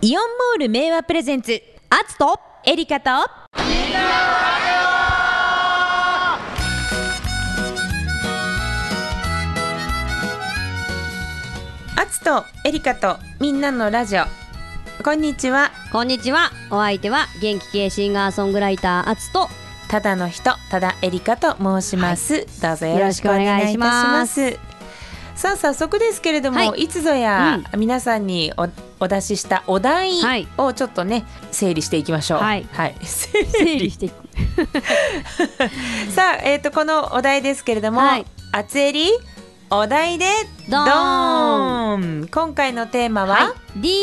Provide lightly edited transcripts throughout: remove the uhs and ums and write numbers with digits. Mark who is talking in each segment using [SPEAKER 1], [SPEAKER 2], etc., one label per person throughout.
[SPEAKER 1] イオンモール名和プレゼンツ、アツとエリカとみんなアツとエリカとみんなのラジオ。こんにちは。
[SPEAKER 2] こんにちは。お相手は元気系シンガーソングライターアツと
[SPEAKER 1] ただの人、ただエリカと申します、どうぞよろしくお願いいたします。さあ早速ですけれども、いつぞや、皆さんにお出ししたお題をちょっとね、整理していきましょう。整理していくさあ、このお題ですけれども、あつえりお題でドーン。今回のテーマは、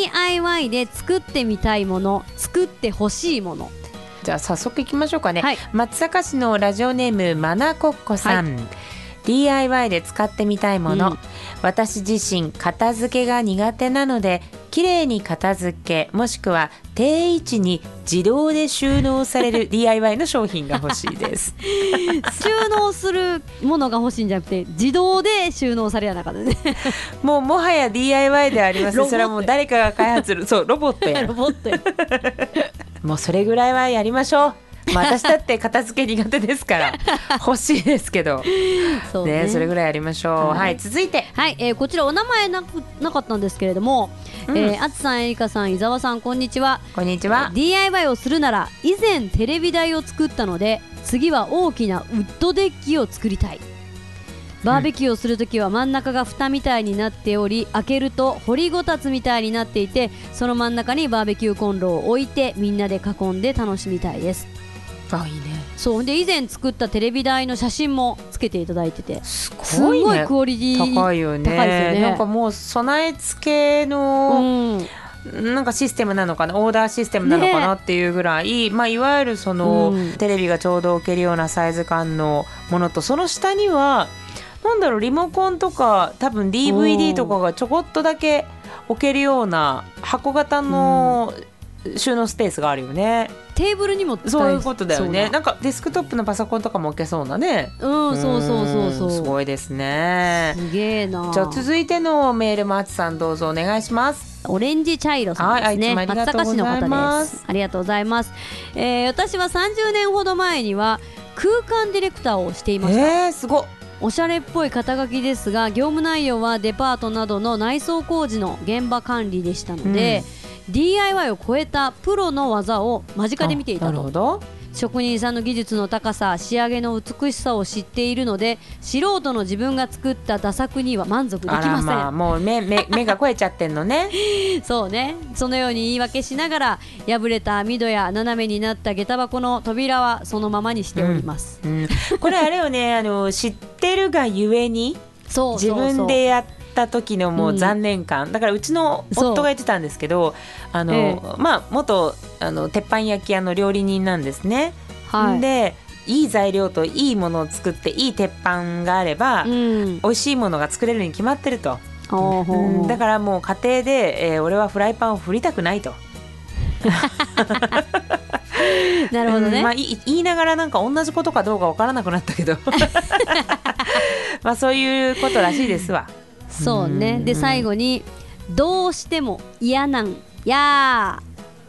[SPEAKER 2] DIY で作ってみたいもの、作ってほしいもの。
[SPEAKER 1] じゃあ早速いきましょうかね。松阪市のラジオネームまなこっこさん、DIY で使ってみたいもの、私自身片付けが苦手なので、きれいに片付けもしくは定位置に自動で収納されるDIY の商品が欲しいです
[SPEAKER 2] 収納するものが欲しいんじゃなくて、自動で収納されやなかったね
[SPEAKER 1] もはや DIY ではありません。それはもう誰かが開発するそうロボットやもうそれぐらいはやりましょう。私だって片付け苦手ですから欲しいですけどそれぐらいやりましょう。続いて、
[SPEAKER 2] こちらお名前なかったんですけれども、あつさん、えりかさん、伊沢さん、こんにちは。
[SPEAKER 1] こんにちは。
[SPEAKER 2] DIY をするなら、以前テレビ台を作ったので、次は大きなウッドデッキを作りたい。バーベキューをするときは真ん中が蓋みたいになっており、開けると掘りごたつみたいになっていて、その真ん中にバーベキューコンロを置いてみんなで囲んで楽しみたいです。
[SPEAKER 1] いいね。
[SPEAKER 2] そうで、以前作ったテレビ台の写真もつけていただいてて、
[SPEAKER 1] すごい
[SPEAKER 2] クオリティ
[SPEAKER 1] 高いよね。
[SPEAKER 2] 高いですよね。
[SPEAKER 1] なんかもう備え付けの、なんかシステムなのかな、オーダーシステムなのかなっていうぐらい、いわゆるその、テレビがちょうど置けるようなサイズ感のものと、その下にはなんだろう、リモコンとか多分 DVD とかがちょこっとだけ置けるような箱型の収納スペースがあるよね。
[SPEAKER 2] テーブルにも使えそう。
[SPEAKER 1] そういうことだよね。なんかデスクトップのパソコンとかも置けそうなね。そうすごいですね。
[SPEAKER 2] すげえな。
[SPEAKER 1] じゃあ続いてのメールもあつさんどうぞお願いします。
[SPEAKER 2] オレンジ茶色さんですね。松阪市の方です。ありがとうございます。私は30年ほど前には空間ディレクターをしていました。
[SPEAKER 1] すごっ。
[SPEAKER 2] おしゃれっぽい肩書きですが、業務内容はデパートなどの内装工事の現場管理でしたので、DIY を超えたプロの技を間近で見ていたと。職人さんの技術の高さ、仕上げの美しさを知っているので、素人の自分が作った打作には満足できません。
[SPEAKER 1] もう目が超えちゃってんのね
[SPEAKER 2] そうね。そのように言い訳しながら、破れた網戸や斜めになった下駄箱の扉はそのままにしております、
[SPEAKER 1] これあれよね、知ってるがゆえに自分でやった時のもう残念感、だからうちの夫が言ってたんですけど、元鉄板焼き屋の料理人なんですね。で、いい材料といいものを作っていい鉄板があれば、美味しいものが作れるに決まってると。だからもう家庭で、俺はフライパンを振りたくないと
[SPEAKER 2] なるほどね。
[SPEAKER 1] 言いながらなんか同じことかどうか分からなくなったけどそういうことらしいですわ。
[SPEAKER 2] そうね。で最後に、どうしても嫌なんや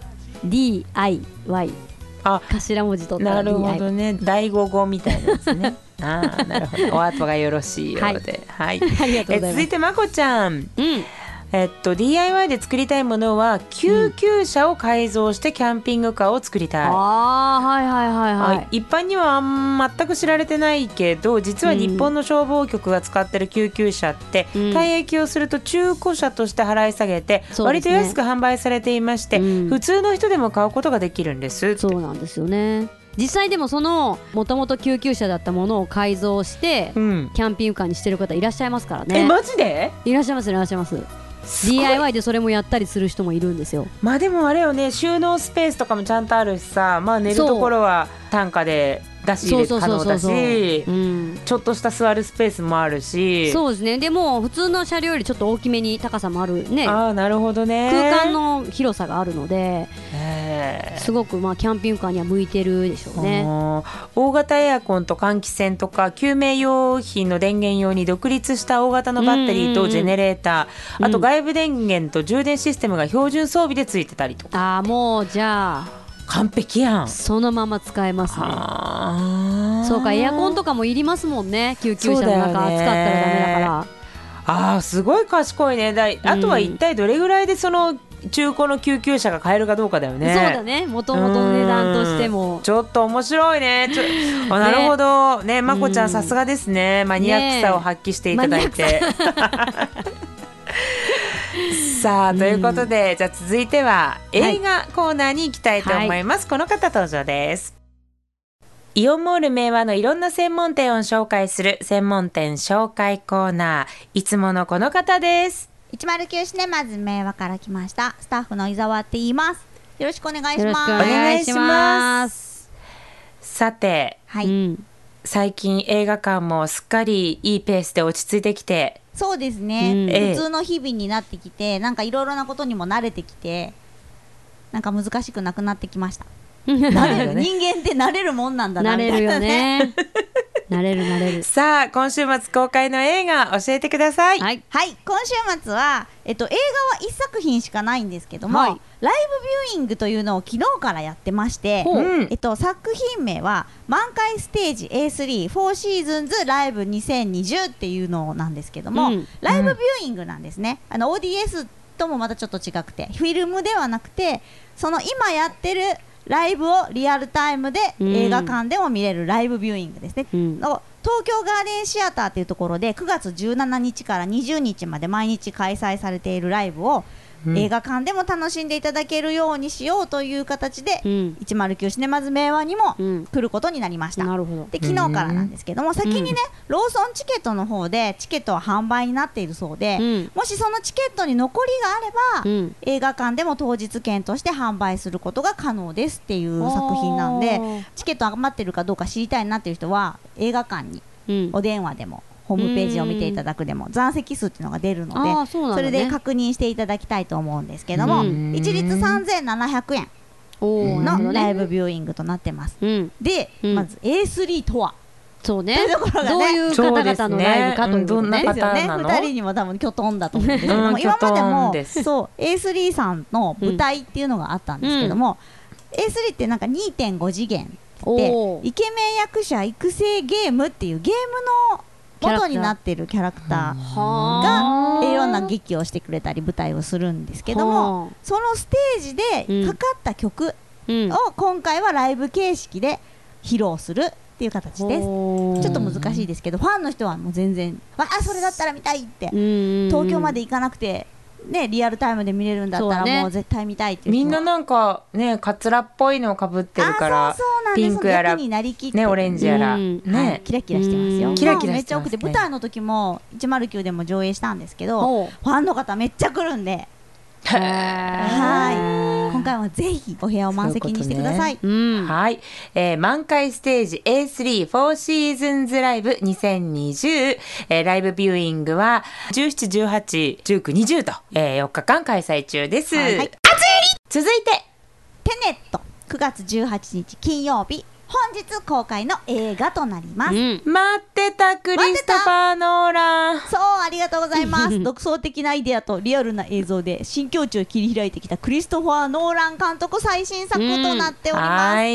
[SPEAKER 2] DIY、 頭文字取ったら DIY。
[SPEAKER 1] なるほどね。第五語みたいなですねなるほど。お後がよろしいようで、ありがとうございます。続いてまこちゃん、DIY で作りたいものは救急車を改造してキャンピングカーを作りたい。一般には全く知られてないけど、実は日本の消防局が使ってる救急車って、退役をすると中古車として払い下げて、割と安く販売されていまして、普通の人でも買うことができるんです。
[SPEAKER 2] そうなんですよね。実際でもそのもともと救急車だったものを改造して、キャンピングカーにしてる方いらっしゃいますからね。
[SPEAKER 1] マジで？い
[SPEAKER 2] らっしゃいます。DIY でそれもやったりする人もいるんですよ。
[SPEAKER 1] でもあれよね、収納スペースとかもちゃんとあるしさ、寝るところは単価で出し入れ可能だし、ちょっとした座るスペースもあるし。
[SPEAKER 2] そうですね。でも普通の車両よりちょっと大きめに高さもあるね。
[SPEAKER 1] ああ、なるほどね。
[SPEAKER 2] 空間の広さがあるので、すごくまあキャンピングカーには向いてるでしょうね。
[SPEAKER 1] 大型エアコンと換気扇とか救命用品の電源用に独立した大型のバッテリーとジェネレーター、あと外部電源と充電システムが標準装備でついてたりとか。
[SPEAKER 2] あ、もうじゃあ
[SPEAKER 1] 完璧やん。
[SPEAKER 2] そのまま使えますね。そうか、エアコンとかもいりますもんね。救急車の中暑かったらダメだから。
[SPEAKER 1] ああ、すごい賢いね。あとは一体どれぐらいでその中古の救急車が買えるかどうかだよね。
[SPEAKER 2] そうだね。もともとの値段としても
[SPEAKER 1] ちょっと面白いね。なるほどね。まこちゃんさすがですね。マニアックさを発揮していただいて、さあ、ということで、じゃあ続いては映画コーナーに行きたいと思います。この方登場です。イオンモール明和のいろんな専門店を紹介する専門店紹介コーナー、いつものこの方です。
[SPEAKER 3] 109シネマズ明和から来ましたスタッフの伊沢って言います。よろしくお願いします。
[SPEAKER 2] お願いします。
[SPEAKER 1] さて、最近映画館もすっかりいいペースで落ち着いてきて。
[SPEAKER 3] そうですね、普通の日々になってきて、なんかいろいろなことにも慣れてきて、なんか難しくなくなってきました。慣れる人間って慣れるもんなんだなみたいな、ね、
[SPEAKER 2] 慣れるよね。慣れる。
[SPEAKER 1] さあ、今週末公開の映画教えてください。
[SPEAKER 3] はい、今週末は、映画は1作品しかないんですけども、ライブビューイングというのを昨日からやってまして、作品名は満開ステージ A3 4シーズンズライブ2020っていうのなんですけども、ライブビューイングなんですね。ODS ともまたちょっと違くて、フィルムではなくて、その今やってるライブをリアルタイムで映画館でも見れるライブビューイングですね、東京ガーデンシアターというところで9月17日から20日まで毎日開催されているライブを映画館でも楽しんでいただけるようにしようという形で、109シネマズ明和にも来ることになりました。
[SPEAKER 2] なるほど。
[SPEAKER 3] で、昨日からなんですけども、先にね、ローソンチケットの方でチケットは販売になっているそうで、もしそのチケットに残りがあれば、映画館でも当日券として販売することが可能ですっていう作品なんで、チケット余ってるかどうか知りたいなっていう人は映画館にお電話でもホームページを見ていただくでも残席数っていうのが出るので、それで確認していただきたいと思うんですけども、一律3700円のライブビューイングとなってます。で、まず A3 とは、
[SPEAKER 2] そうね、どういう方々のライブかということね。
[SPEAKER 3] ですよね。2人にも多分きょとんだと思うんですけども、今までもそう A3 さんの舞台っていうのがあったんですけども、A3 ってなんか 2.5 次元でイケメン役者育成ゲームっていうゲームの元になっているキャラクターがいろんな劇をしてくれたり舞台をするんですけども、そのステージでかかった曲を今回はライブ形式で披露するっていう形です。ちょっと難しいですけど、ファンの人はもう全然それだったら見たいって、東京まで行かなくてね、リアルタイムで見れるんだったらもう絶対見たいっていう人は、
[SPEAKER 1] みんななんかね、カツラっぽいのをかぶってるから、ピンクやらね、オレンジやらね、
[SPEAKER 3] キラキラしてますよ。
[SPEAKER 1] キラキラ
[SPEAKER 3] めっちゃ多くて、舞台の時も109でも上映したんですけど、ファンの方めっちゃ来るんで、今回はぜひお部屋を満席にしてください。
[SPEAKER 1] はい、満開ステージ A3 4シーズンズライブ2020、ライブビューイングは17、18、19、20と、4日間開催中です。続いて
[SPEAKER 3] テネット、9月18日金曜日、本日公開の映画となります。
[SPEAKER 1] 待ってた、クリストファー・ノーラン。
[SPEAKER 3] そう、ありがとうございます独創的なアイデアとリアルな映像で新境地を切り開いてきたクリストファー・ノーラン監督最新作となっております。
[SPEAKER 1] はい、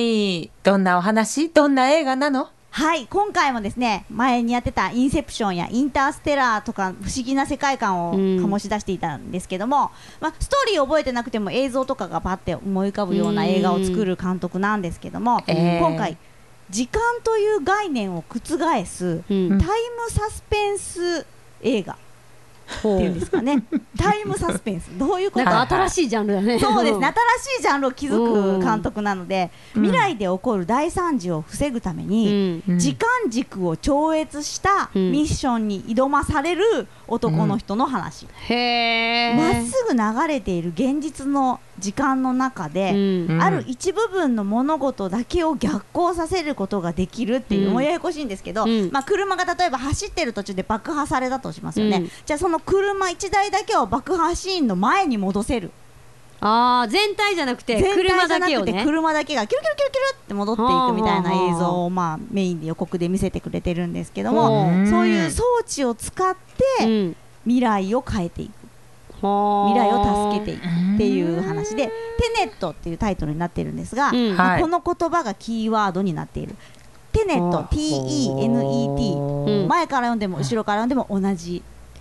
[SPEAKER 1] どんなお話、どんな映画なの？
[SPEAKER 3] はい、今回もですね、前にやってたインセプションやインターステラーとか不思議な世界観を醸し出していたんですけども、ストーリーを覚えてなくても映像とかがパッて思い浮かぶような映画を作る監督なんですけども、今回時間という概念を覆すタイムサスペンス映画っていうんですかねタイムサスペンス、どういうこと？
[SPEAKER 2] なんか新しいジャンルだね。
[SPEAKER 3] そうですね、新しいジャンルを築く監督なので、未来で起こる大惨事を防ぐために、時間軸を超越したミッションに挑まされる男の人の話。
[SPEAKER 2] へー。
[SPEAKER 3] まっすぐ流れている現実の時間の中で、ある一部分の物事だけを逆行させることができるっていう、もうややこしいんですけど、車が例えば走ってる途中で爆破されたとしますよね、じゃあその車1台だけを爆破シーンの前に戻せる。
[SPEAKER 2] 全体じゃなくて車だけをね、
[SPEAKER 3] 車だけがキュルキュルキュルキュルって戻っていくみたいな映像をメインで予告で見せてくれてるんですけども、そういう装置を使って未来を変えていく、未来を助けていくっていう話で、テネットっていうタイトルになってるんですが、この言葉がキーワードになっている。テネット TENET、 前から読んでも後ろから読んでも同じ。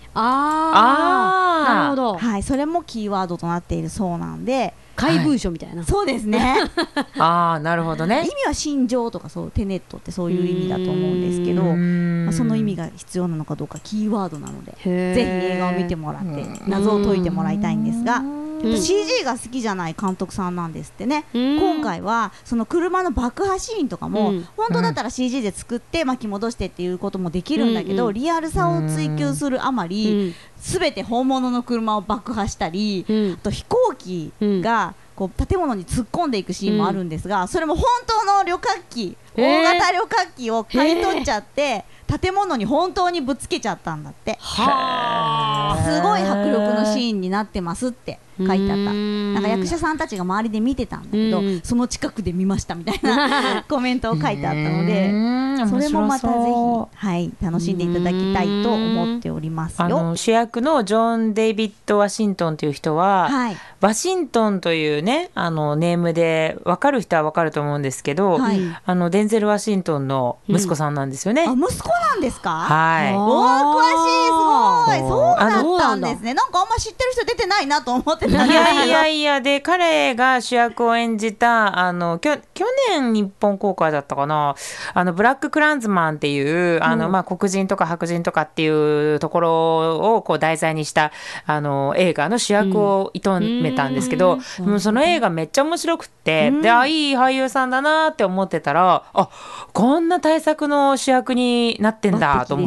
[SPEAKER 2] なるほど。
[SPEAKER 3] はい、それもキーワードとなっているそうなんで、
[SPEAKER 2] 怪文書みたいな。
[SPEAKER 3] そうですね
[SPEAKER 1] なるほどね。
[SPEAKER 3] 意味は心情とか、そうテネットってそういう意味だと思うんですけど、その意味が必要なのかどうかキーワードなので、ぜひ映画を見てもらって謎を解いてもらいたいんですが、CG が好きじゃない監督さんなんですってね。今回はその車の爆破シーンとかも、本当だったら CG で作って巻き戻してっていうこともできるんだけど、リアルさを追求するあまり、全て本物の車を爆破したり、あと飛行機がこう建物に突っ込んでいくシーンもあるんですが、それも本当の旅客機、大型旅客機を買い取っちゃって、建物に本当にぶつけちゃったんだって。すごい迫力のシーンになってますって書いてあった。なんか役者さんたちが周りで見てたんだけど、その近くで見ましたみたいなコメントを書いてあったので、それもまたぜひ、楽しんでいただきたいと思っておりますよ。
[SPEAKER 1] 主役のジョン・デイビッド・ワシントンという人は、ワシントンというねネームで分かる人は分かると思うんですけど、デンゼル・ワシントンの息子さんなんですよね。
[SPEAKER 3] 息子なんですか？
[SPEAKER 1] はい。
[SPEAKER 3] 詳しい、すごい。そうだったんですね。なんかあんま知ってる人出てないなと思ってた。
[SPEAKER 1] いやで、彼が主役を演じた去年日本公開だったかな、ブラック・クランズマンっていう黒人とか白人とかっていうところをこう題材にした映画の主役を射めたんですけど、その映画めっちゃ面白くって、でいい俳優さんだなって思ってたら、こんな大作の主役になってんだと思って、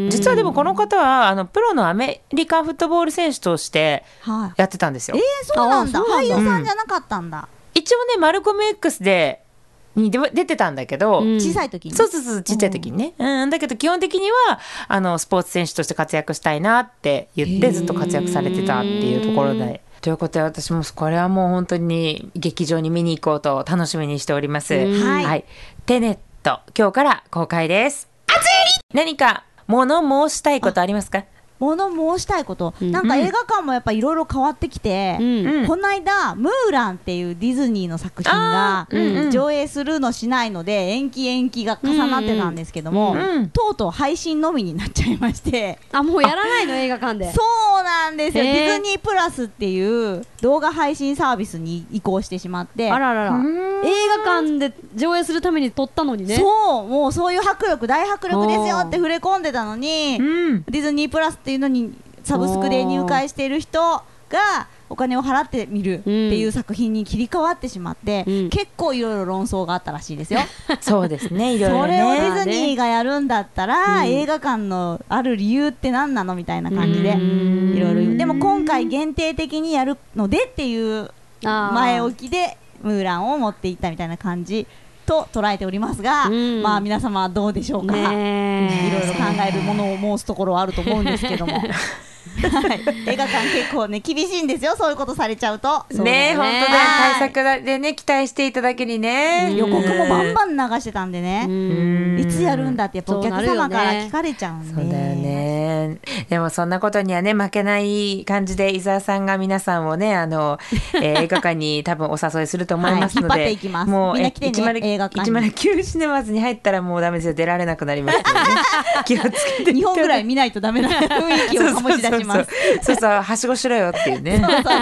[SPEAKER 1] 実はでもこの方はプロのアメリカンフットボール選手としてやってたんですよ。
[SPEAKER 3] そうなんだ。俳優さんじゃなかったんだ。
[SPEAKER 1] 一応ね、マルコム X に出てたんだけど、
[SPEAKER 3] 小さい時に。
[SPEAKER 1] そうちっちゃい時にね、だけど基本的にはスポーツ選手として活躍したいなって言ってずっと活躍されてたっていうところで、ということで、私もこれはもう本当に劇場に見に行こうと楽しみにしております。テネット、今日から公開です。何か物申したいことありますか？
[SPEAKER 3] 物申したいこと、なんか映画館もやっぱいろいろ変わってきて、この間ムーランっていうディズニーの作品が上映するのしないので延期が重なってたんですけども、とうとう配信のみになっちゃいまして、
[SPEAKER 2] もうやらないの映画館で。
[SPEAKER 3] そうなんですよ。ディズニープラスっていう動画配信サービスに移行してしまって、
[SPEAKER 2] 映画館で上映するために撮ったのにね。
[SPEAKER 3] もうそういう大迫力ですよって触れ込んでたのに、ディズニープラスっていうのにサブスクで入会している人がお金を払って見るっていう作品に切り替わってしまって、結構いろいろ論争があったらしいですよ。
[SPEAKER 1] そうですね、いろいろね。
[SPEAKER 3] それをディズニーがやるんだったら、映画館のある理由って何なのみたいな感じでいろいろ言う。でも今回限定的にやるのでっていう前置きでムーランを持っていったみたいな感じと捉えておりますが、皆様はどうでしょうか。いろいろ考えるものを申すところはあると思うんですけども映画館結構ね厳しいんですよ、そういうことされちゃうと
[SPEAKER 1] ね。本当だ、対策でね期待していただけにね、
[SPEAKER 3] 予告もバンバン流してたんでね、いつやるんだってやっぱお客様から聞かれちゃうんで。
[SPEAKER 1] そうだよね。でもそんなことにはね負けない感じで伊沢さんが皆さんをね映画館に多分お誘いすると思いますので、
[SPEAKER 3] 引っ張っていきます。
[SPEAKER 1] もう
[SPEAKER 3] みんな来てね、映画館に。
[SPEAKER 1] 109シネマズに入ったらもうダメですよ、出られなくなりますので、ね、気をつけて
[SPEAKER 3] 2本ぐらい見ないとダメな雰囲気を醸し出します。
[SPEAKER 1] そうはしごしろよっていうね。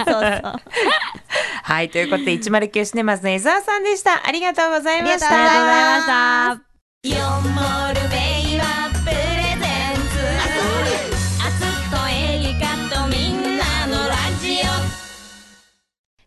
[SPEAKER 1] はい、ということで109シネマズの伊沢さんでした。ありがとうございました。
[SPEAKER 3] ありがとうございました。
[SPEAKER 4] イオンモールベイはプレゼンツ、あつっと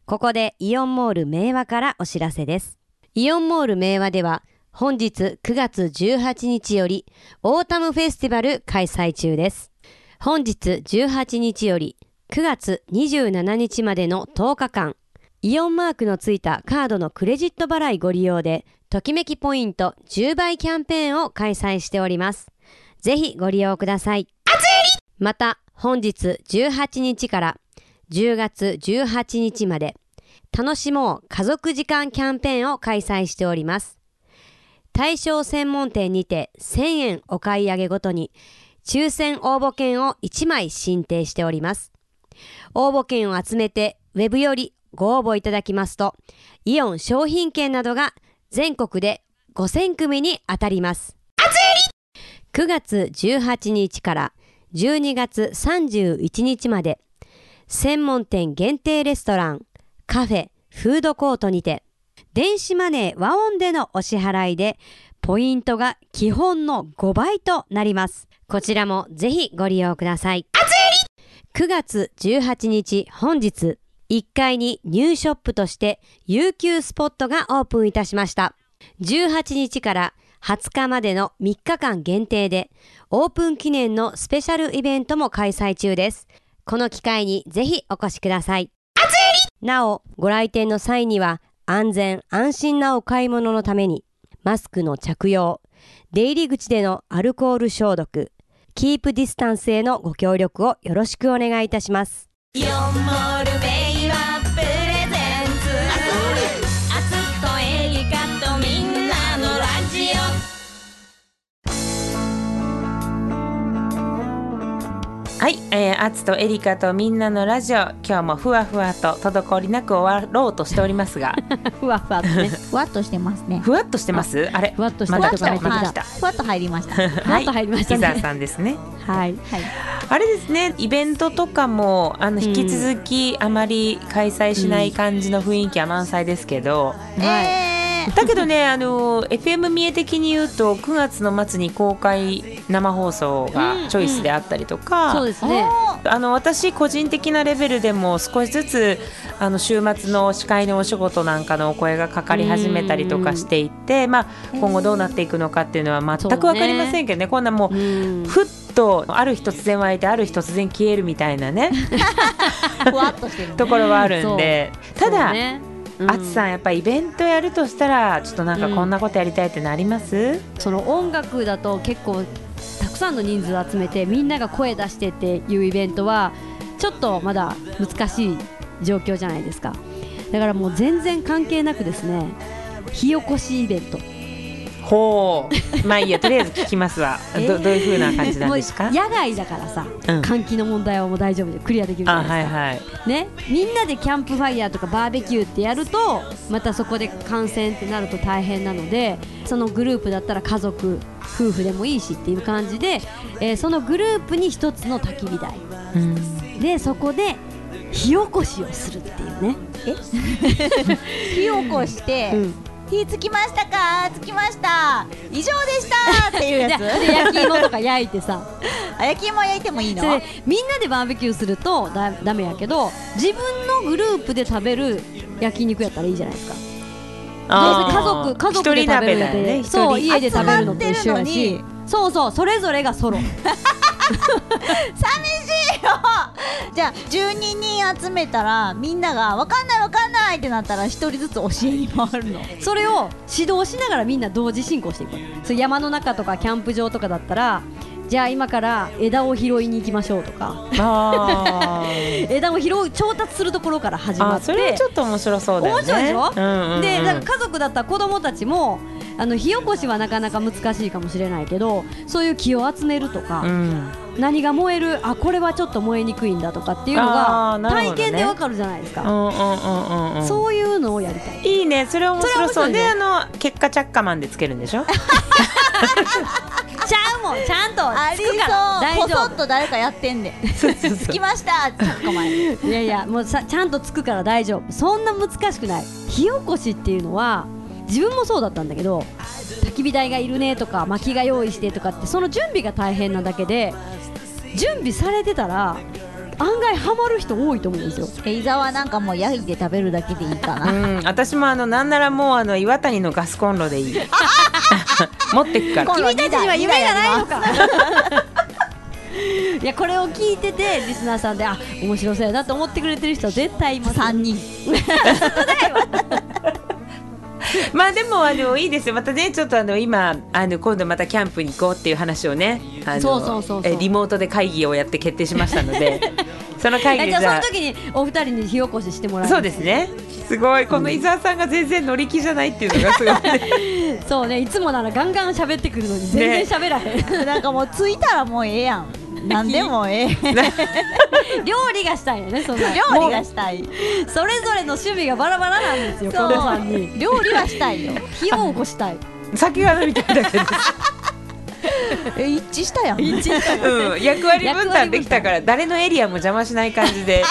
[SPEAKER 2] ここでイオンモール明和からお知らせです。イオンモール明和では本日9月18日よりオータムフェスティバル開催中です。本日18日より9月27日までの10日間、イオンマークのついたカードのクレジット払いご利用でときめきポイント10倍キャンペーンを開催しております。ぜひご利用ください。また本日18日から10月18日まで楽しもう家族時間キャンペーンを開催しております。対象専門店にて1000円お買い上げごとに抽選応募券を1枚進呈しております。応募券を集めてウェブよりご応募いただきますと、イオン商品券などが全国で5000組に当たります。9月18日から12月31日まで専門店限定レストラン、カフェ、フードコートにて電子マネー和音でのお支払いでポイントが基本の5倍となります。こちらもぜひご利用ください。9月18日本日1階にニューショップとして悠久スポットがオープンいたしました。18日から20日までの3日間限定でオープン記念のスペシャルイベントも開催中です。この機会にぜひお越しください。なお、ご来店の際には安全安心なお買い物のためにマスクの着用、出入り口でのアルコール消毒、キープディスタンスへのご協力をよろしくお願いいたします。イオンモールベイはプレゼンツ、アツとエリカとみんなのラジオ。
[SPEAKER 1] はい、アツとエリカとみんなのラジオ、今日もふわふわと滞りなく終わろうとしておりますが
[SPEAKER 3] ふわふわとね、ふわっとしてますね。
[SPEAKER 1] ふわっとしてます。あれ、
[SPEAKER 2] ふわっとして
[SPEAKER 1] また
[SPEAKER 2] 来
[SPEAKER 1] た。
[SPEAKER 3] ふわっと入りました。
[SPEAKER 2] ふわっと入りましたね。
[SPEAKER 1] 伊沢さんですね。
[SPEAKER 2] はい。
[SPEAKER 1] あれですね、イベントとかも引き続きあまり開催しない感じの雰囲気は満載ですけど、だけどね、FM 三重的に言うと9月の末に公開生放送がチョイスであったりとか、
[SPEAKER 2] そうですね、
[SPEAKER 1] 私個人的なレベルでも少しずつ週末の司会のお仕事なんかのお声がかかり始めたりとかしていて、今後どうなっていくのかっていうのは全く分かりませんけどね、こんなもうふっとある日突然湧いてある日突然消えるみたいなね
[SPEAKER 3] ふわっとしてる、ね、
[SPEAKER 1] ところはあるんで、ただあつさん、やっぱりイベントやるとしたらちょっとなんかこんなことやりたいってのあります？
[SPEAKER 2] その音楽だと結構たくさんの人数を集めてみんなが声出してっていうイベントはちょっとまだ難しい状況じゃないですか。だからもう全然関係なくですね、火起こしイベント。
[SPEAKER 1] ほう、まあいいや、とりあえず聞きますわ。どういう風な感じなんですか？
[SPEAKER 2] 野外だからさ、換気の問題はもう大丈夫でクリアできるじゃないですか。はいはいね、みんなでキャンプファイヤーとかバーベキューってやるとまたそこで感染ってなると大変なので、そのグループだったら家族夫婦でもいいしっていう感じで、そのグループに一つの焚き火台、でそこで火起こしをするっていうね。
[SPEAKER 3] 火起こして、火つきましたか？つきました。以上でしたっていうやつ。
[SPEAKER 2] で焼き芋とか焼いてさ
[SPEAKER 3] 焼き芋焼いてもいいの？
[SPEAKER 2] みんなでバーベキューするとダメやけど、自分のグループで食べる焼肉やったらいいじゃないですか。家族で食べるので、ね、そう家で食べるのと一緒やし、そうそれぞれがソロ寂しい
[SPEAKER 3] よ。じゃあ12人集めたらみんなが分かんないってなったら1人ずつ教えに回るの。
[SPEAKER 2] それを指導しながらみんな同時進行していく。そう山の中とかキャンプ場とかだったら、じゃあ今から枝を拾いに行きましょうとか枝を調達するところから始まって、
[SPEAKER 1] それはちょっと面白そうだよね。
[SPEAKER 2] 面白いでしょ、でだから家族だったら子供たちも火起こしはなかなか難しいかもしれないけど、そういう木を集めるとか、何が燃える、これはちょっと燃えにくいんだとかっていうのが体験でわかるじゃないですか。そういうのをやりたい。
[SPEAKER 1] いいね、それ面白そうで、結果チャッカマンでつけるんでしょ
[SPEAKER 2] ちゃうもん、ちゃんとつくから大丈夫。
[SPEAKER 3] こそっと誰かやってんでつきましたチャッカマン。
[SPEAKER 2] いやもうちゃんとつくから大丈夫。そんな難しくない。火起こしっていうのは自分もそうだったんだけど、焚き火台がいるねとか薪が用意してとかって、その準備が大変なだけで、準備されてたら案外ハマる人多いと思うんですよ。
[SPEAKER 3] 伊沢なんかもう焼いて食べるだけでいいかな。
[SPEAKER 1] 私もなんならもう岩谷のガスコンロでいい。持ってくから。
[SPEAKER 2] 君たちには夢がないのか。いやこれを聞いててリスナーさんで面白そうやなと思ってくれてる人は絶対います。
[SPEAKER 3] 3人。
[SPEAKER 1] まあでもいいですよ。またねちょっと今今度またキャンプに行こうっていう話をね
[SPEAKER 2] そう
[SPEAKER 1] リモートで会議をやって決定しましたのでその会議で
[SPEAKER 2] じゃあその時にお二人に火起こししてもらう。
[SPEAKER 1] そうですね。すごいこの伊沢さんが全然乗り気じゃないっていうのがすごい、ね、
[SPEAKER 2] そうねいつもならガンガン喋ってくるのに全然喋らへん、
[SPEAKER 3] ね、なんかもう着いたらもうええやん。なんでもええ
[SPEAKER 2] 料理がしたいよね。そんな
[SPEAKER 3] 料理がしたい。
[SPEAKER 2] それぞれの趣味がバラバラなんですよ。このさんに
[SPEAKER 3] 料理はしたいよ。
[SPEAKER 2] 火を起こしたい。
[SPEAKER 1] 酒が飲みたいだけです
[SPEAKER 3] 一致したやん。
[SPEAKER 2] 一致した
[SPEAKER 1] やん、役割分担できたから誰のエリアも邪魔しない感じで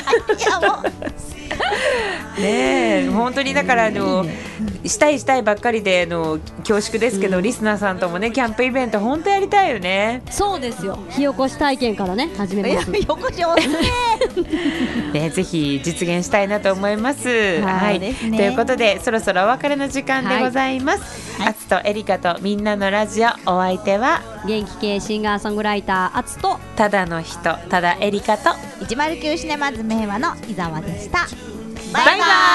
[SPEAKER 1] ねえ本当にだからしたいばっかりで恐縮ですけど、リスナーさんともねキャンプイベント本当やりたいよね。
[SPEAKER 2] そうですよ。火起こし体験からね始めます。
[SPEAKER 3] 火起こしおすすめ
[SPEAKER 1] ねぜひ実現したいなと思います。はい、ということでそろそろお別れの時間でございます。あつとエリカとみんなのラジオ、お相手は
[SPEAKER 2] 元気系シンガーソングライターあつと
[SPEAKER 1] ただの人ただエリカと
[SPEAKER 3] 109シネマズ名和の伊沢でした。
[SPEAKER 1] バイバイ。